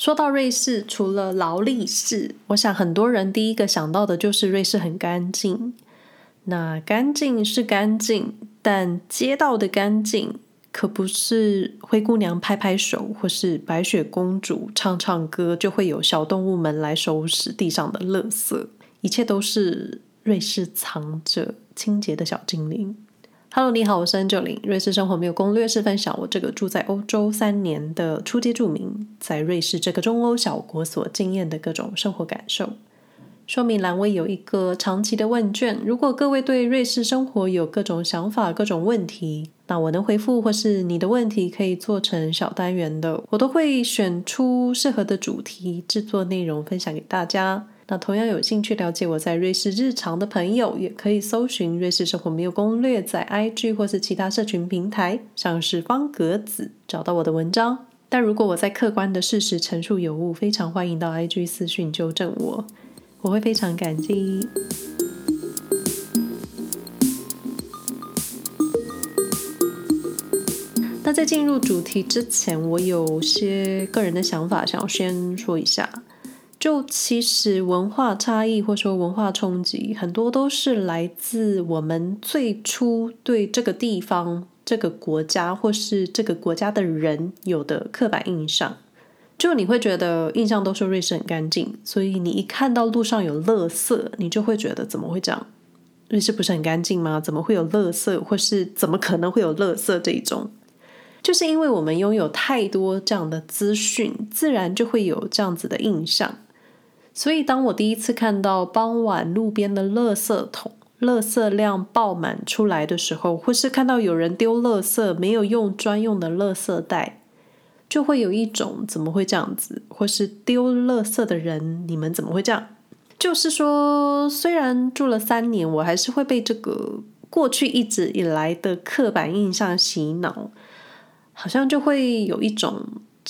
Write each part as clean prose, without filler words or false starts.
说到瑞士，除了劳力士，我想很多人第一个想到的就是瑞士很干净。那干净是干净，但街道的干净可不是灰姑娘拍拍手或是白雪公主唱唱歌就会有小动物们来收拾地上的垃圾，一切都是瑞士藏着清洁的小精灵。Hello， 你好，我是Angeline。瑞士生活没有攻略是分享我这个住在欧洲3年的初阶住民，在瑞士这个中欧小国所经验的各种生活感受。说明栏位有一个长期的问卷，如果各位对瑞士生活有各种想法、各种问题，那我能回复或是你的问题可以做成小单元的，我都会选出适合的主题制作内容分享给大家。那同样有兴趣了解我在瑞士日常的朋友，也可以搜寻瑞士生活没有攻略，在 IG 或是其他社群平台像是方格子找到我的文章。但如果我在客观的事实陈述有误，非常欢迎到 IG 私讯纠正我，我会非常感激。那在进入主题之前，我有些个人的想法想要先说一下。就其实文化差异或说文化冲击，很多都是来自我们最初对这个地方、这个国家或是这个国家的人有的刻板印象。就你会觉得印象都说瑞士很干净，所以你一看到路上有垃圾，你就会觉得怎么会这样？瑞士不是很干净吗？怎么会有垃圾，或是怎么可能会有垃圾这一种？就是因为我们拥有太多这样的资讯，自然就会有这样子的印象。所以当我第一次看到傍晚路边的垃圾桶垃圾量爆满出来的时候，或是看到有人丢垃圾没有用专用的垃圾袋，就会有一种怎么会这样子，或是丢垃圾的人你们怎么会这样。就是说虽然住了3年，我还是会被这个过去一直以来的刻板印象洗脑，好像就会有一种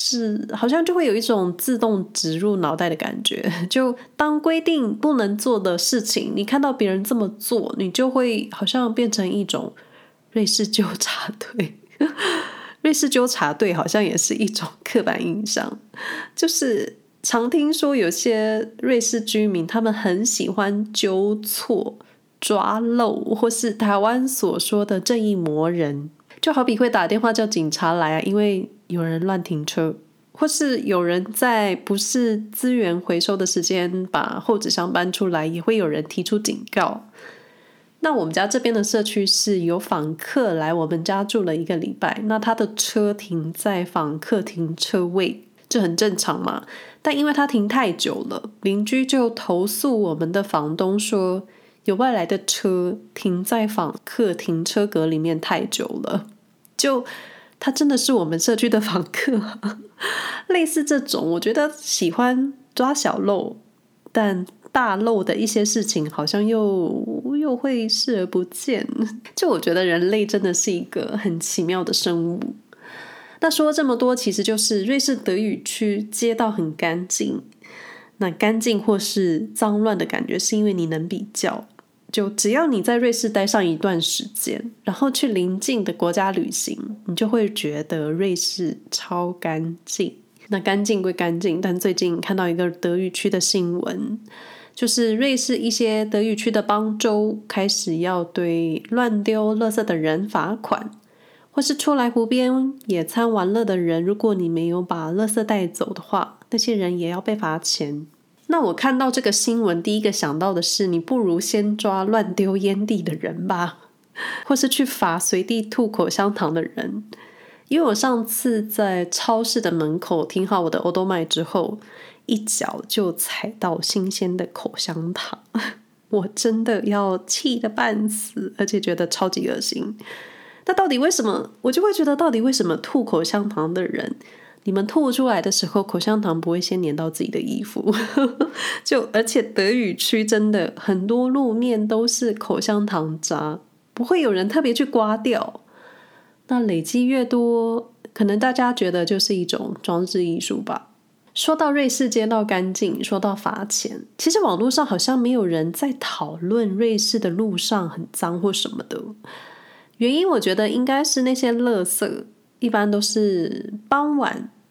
自动植入脑袋的感觉。就当规定不能做的事情，你看到别人这么做，你就会好像变成一种瑞士纠察队。瑞士纠察队好像也是一种刻板印象，就是常听说有些瑞士居民他们很喜欢纠错、抓漏，或是台湾所说的正义魔人。就好比会打电话叫警察来啊，因为有人乱停车，或是有人在不是资源回收的时间把后纸箱搬出来，也会有人提出警告。那我们家这边的社区是有访客来我们家住了1个礼拜，那他的车停在访客停车位，这很正常嘛。但因为他停太久了，邻居就投诉我们的房东说，有外来的车停在访客停车格里面太久了，就他真的是我们社区的访客。类似这种我觉得喜欢抓小漏但大漏的一些事情好像又会视而不见。就我觉得人类真的是一个很奇妙的生物。那说了这么多，其实就是瑞士德语区街道很干净，那干净或是脏乱的感觉是因为你能比较，就只要你在瑞士待上一段时间，然后去邻近的国家旅行，你就会觉得瑞士超干净。那干净归干净，但最近看到一个德语区的新闻，就是瑞士一些德语区的邦州开始要对乱丢垃圾的人罚款，或是出来湖边野餐玩乐的人，如果你没有把垃圾带走的话，那些人也要被罚钱。那我看到这个新闻，第一个想到的是，你不如先抓乱丢烟蒂的人吧，或是去罚随地吐口香糖的人。因为我上次在超市的门口停好我的欧多麦之后，一脚就踩到新鲜的口香糖，我真的要气得半死，而且觉得超级恶心。那到底为什么，我就会觉得到底为什么吐口香糖的人，你们吐出来的时候口香糖不会先粘到自己的衣服？而且德语区真的很多路面都是口香糖渣，不会有人特别去刮掉。那累积越多，可能大家觉得就是一种装置艺术吧。说到瑞士街道干净，说到罚钱，其实网络上好像没有人在讨论瑞士的路上很脏或什么的。原因我觉得应该是那些垃圾一般都是傍晚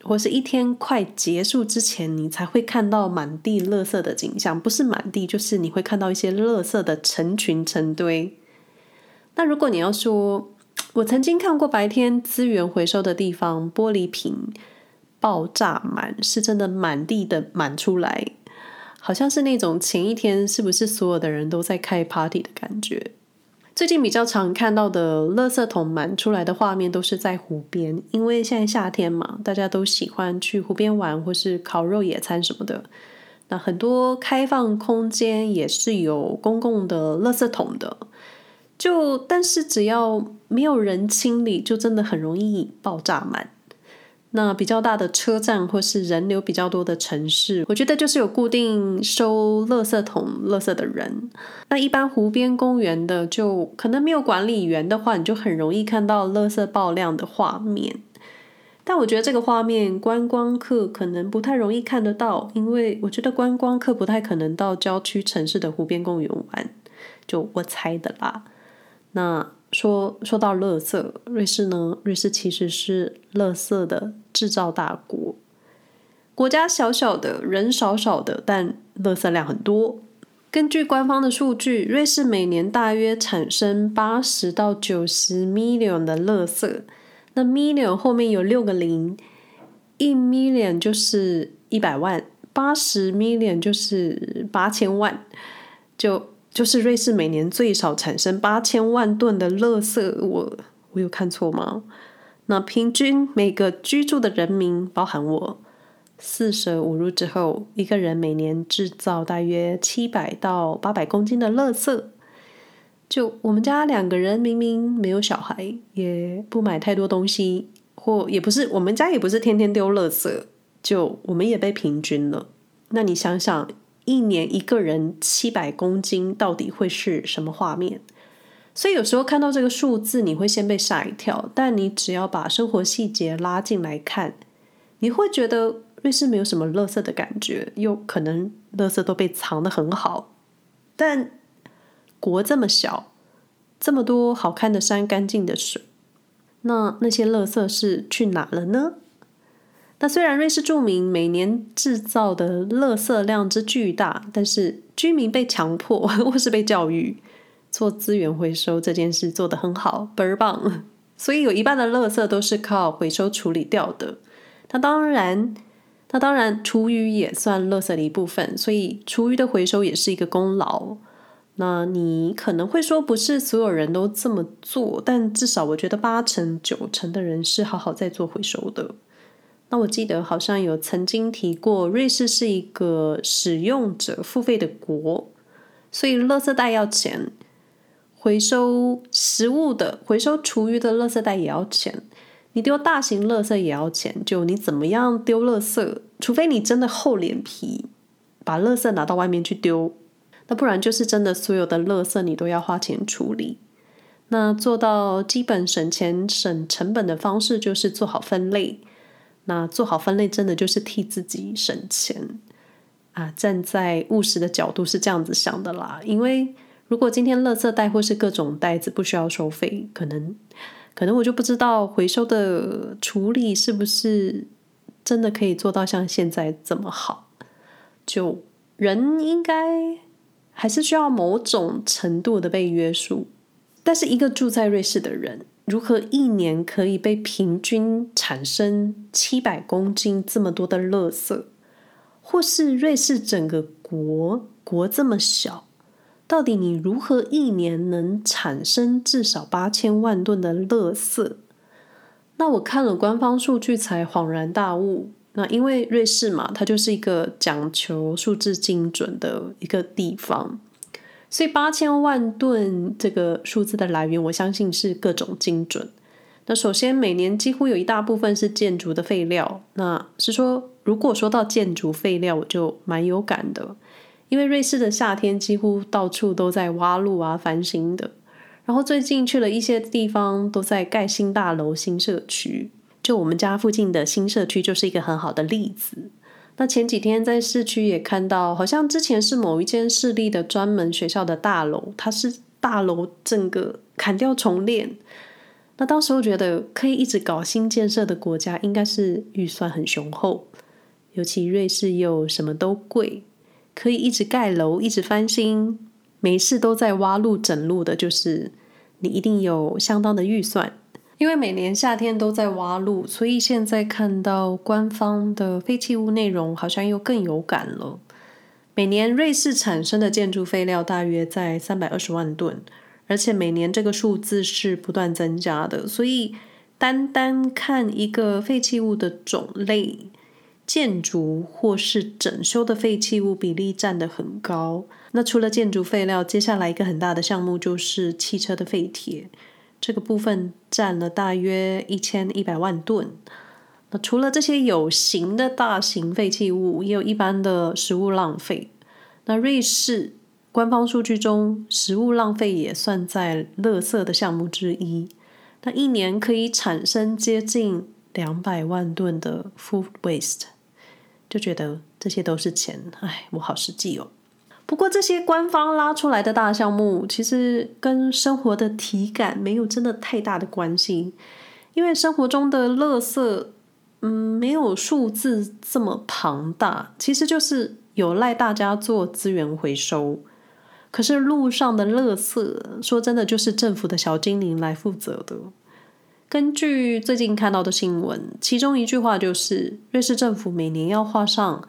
或是一天快结束之前，你才会看到满地垃圾的景象，不是满地，就是你会看到一些垃圾的成群成堆。那如果你要说，我曾经看过白天资源回收的地方，玻璃瓶爆炸满，是真的满地的满出来，好像是那种前一天是不是所有的人都在开 party 的感觉。最近比较常看到的垃圾桶满出来的画面都是在湖边，因为现在夏天嘛，大家都喜欢去湖边玩或是烤肉野餐什么的。那很多开放空间也是有公共的垃圾桶的，但是只要没有人清理，就真的很容易爆炸满。那比较大的车站或是人流比较多的城市，我觉得就是有固定收垃圾桶垃圾的人。那一般湖边公园的就可能没有管理员的话，你就很容易看到垃圾爆量的画面。但我觉得这个画面观光客可能不太容易看得到，因为我觉得观光客不太可能到郊区城市的湖边公园玩，就我猜的啦。那说到垃圾，瑞士呢？瑞士其实是垃圾的制造大国，国家小小的，人少少的，但垃圾量很多。根据官方的数据，瑞士每年大约产生80到90 million 的垃圾。那 million 后面有6个零，1 million 就是100万，80 million 就是8000万，就是瑞士每年最少产生8000万吨的垃圾，我有看错吗？那平均每个居住的人民，包含我，4舍5入之后，一个人每年制造大约700到800公斤的垃圾。就我们家2个人明明没有小孩，也不买太多东西，或也不是我们家也不是天天丢垃圾，就我们也被平均了。那你想想，一年一个人700公斤到底会是什么画面？所以有时候看到这个数字你会先被吓一跳，但你只要把生活细节拉进来看，你会觉得瑞士没有什么垃圾的感觉，又可能垃圾都被藏得很好。但国这么小，这么多好看的山，干净的水，那些垃圾是去哪了呢？那虽然瑞士著名每年制造的垃圾量之巨大，但是居民被强迫或是被教育做资源回收这件事做得很好，倍儿棒。所以有一半的垃圾都是靠回收处理掉的。那当然厨余也算垃圾的一部分，所以厨余的回收也是一个功劳。那你可能会说不是所有人都这么做，但至少我觉得8成9成的人是好好在做回收的。那我记得好像有曾经提过，瑞士是一个使用者付费的国，所以垃圾袋要钱，回收食物的、回收厨余的垃圾袋也要钱，你丢大型垃圾也要钱。就你怎么样丢垃圾，除非你真的厚脸皮把垃圾拿到外面去丢，那不然就是真的所有的垃圾你都要花钱处理。那做到基本省钱省成本的方式就是做好分类。那做好分类真的就是替自己省钱啊！站在务实的角度是这样子想的啦，因为如果今天垃圾袋或是各种袋子不需要收费，可能我就不知道回收的处理是不是真的可以做到像现在这么好。就人应该还是需要某种程度的被约束，但是一个住在瑞士的人，如何一年可以被平均产生700公斤这么多的垃圾？或是瑞士整个国这么小，到底你如何一年能产生至少8000万吨的垃圾？那我看了官方数据才恍然大悟。那因为瑞士嘛，它就是一个讲求数字精准的一个地方，所以8000万吨这个数字的来源，我相信是各种精准。那首先每年几乎有一大部分是建筑的废料，那是说如果说到建筑废料，我就蛮有感的，因为瑞士的夏天几乎到处都在挖路啊、翻新的，然后最近去了一些地方都在盖新大楼、新社区，就我们家附近的新社区就是一个很好的例子。那前几天在市区也看到，好像之前是某一间市立的专门学校的大楼，它是大楼整个砍掉重练， 那当时我觉得可以一直搞新建设的国家应该是预算很雄厚，尤其瑞士又什么都贵，可以一直盖楼一直翻新，没事都在挖路整路的，就是你一定有相当的预算。因为每年夏天都在挖路，所以现在看到官方的废弃物内容好像又更有感了。每年瑞士产生的建筑废料大约在320万吨，而且每年这个数字是不断增加的，所以单单看一个废弃物的种类，建筑或是整修的废弃物比例占得很高。那除了建筑废料，接下来一个很大的项目就是汽车的废铁，这个部分占了大约1100万吨。那除了这些有形的大型废弃物，也有一般的食物浪费。那瑞士官方数据中，食物浪费也算在垃圾的项目之一。那一年可以产生接近200万吨的 food waste， 就觉得这些都是钱，我好实际哦。不过这些官方拉出来的大项目，其实跟生活的体感没有真的太大的关系，因为生活中的垃圾没有数字这么庞大，其实就是有赖大家做资源回收。可是路上的垃圾，说真的就是政府的小精灵来负责的。根据最近看到的新闻，其中一句话就是瑞士政府每年要花上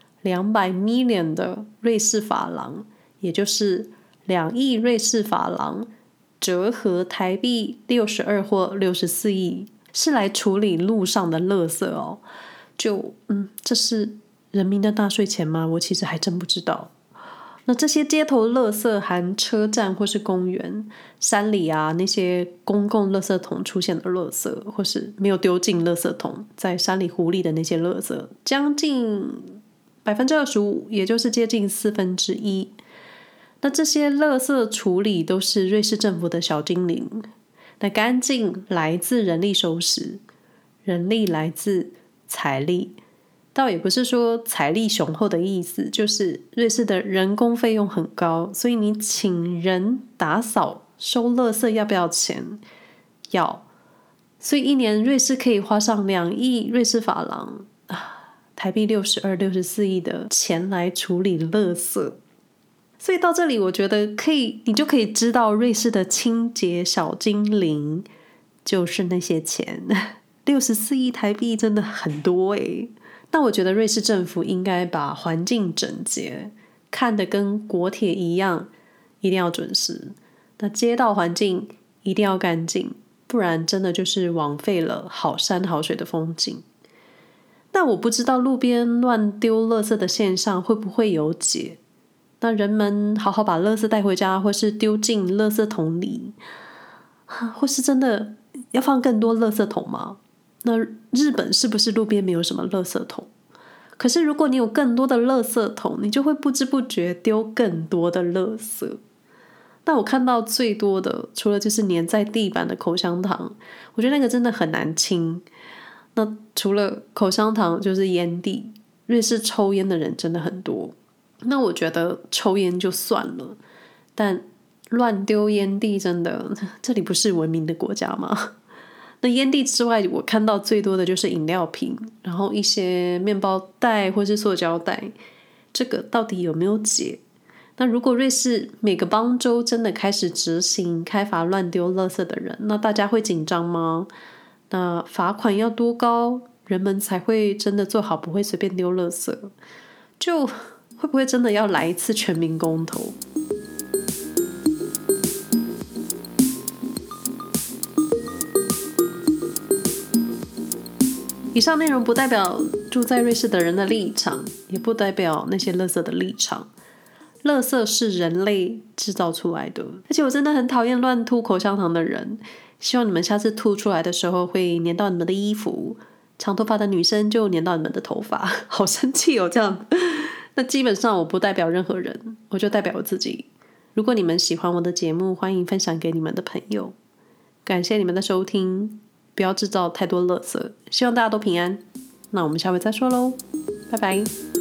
200 million 的瑞士法郎，也就是2亿瑞士法郎，折合台币62或64亿，是来处理路上的垃圾哦。这是人民的纳税钱吗？我其实还真不知道。那这些街头垃圾含车站或是公园、山里那些公共垃圾桶出现的垃圾，或是没有丢进垃圾桶在山里湖里的那些垃圾，将近25%，也就是接近1/4。那这些垃圾处理都是瑞士政府的小精灵。那干净来自人力收拾，人力来自财力。倒也不是说财力雄厚的意思，就是瑞士的人工费用很高，所以你请人打扫收垃圾要不要钱？要。所以一年瑞士可以花上2亿瑞士法郎，台币62、64亿的钱来处理垃圾。所以到这里我觉得你就可以知道瑞士的清洁小精灵就是那些钱。64亿台币真的很多耶。那我觉得瑞士政府应该把环境整洁看得跟国铁一样，一定要准时。那街道环境一定要干净，不然真的就是枉费了好山好水的风景。那我不知道路边乱丢垃圾的现象会不会有解？那人们好好把垃圾带回家，或是丢进垃圾桶里，或是真的要放更多垃圾桶吗？那日本是不是路边没有什么垃圾桶？可是如果你有更多的垃圾桶，你就会不知不觉丢更多的垃圾。那我看到最多的，除了就是粘在地板的口香糖，我觉得那个真的很难清。那除了口香糖，就是烟蒂。瑞士抽烟的人真的很多。那我觉得抽烟就算了，但乱丢烟蒂真的，这里不是文明的国家吗？那烟蒂之外，我看到最多的就是饮料瓶，然后一些面包袋或是塑胶袋，这个到底有没有解？那如果瑞士每个邦州真的开始执行开罚乱丢垃圾的人，那大家会紧张吗？那罚款要多高，人们才会真的做好不会随便丢垃圾？就会不会真的要来一次全民公投？以上内容不代表住在瑞士的人的立场，也不代表那些垃圾的立场。垃圾是人类制造出来的，而且我真的很讨厌乱吐口香糖的人。希望你们下次吐出来的时候会粘到你们的衣服，长头发的女生就粘到你们的头发，好生气哦这样。那基本上我不代表任何人，我就代表我自己。如果你们喜欢我的节目，欢迎分享给你们的朋友。感谢你们的收听，不要制造太多垃圾，希望大家都平安。那我们下回再说咯，拜拜。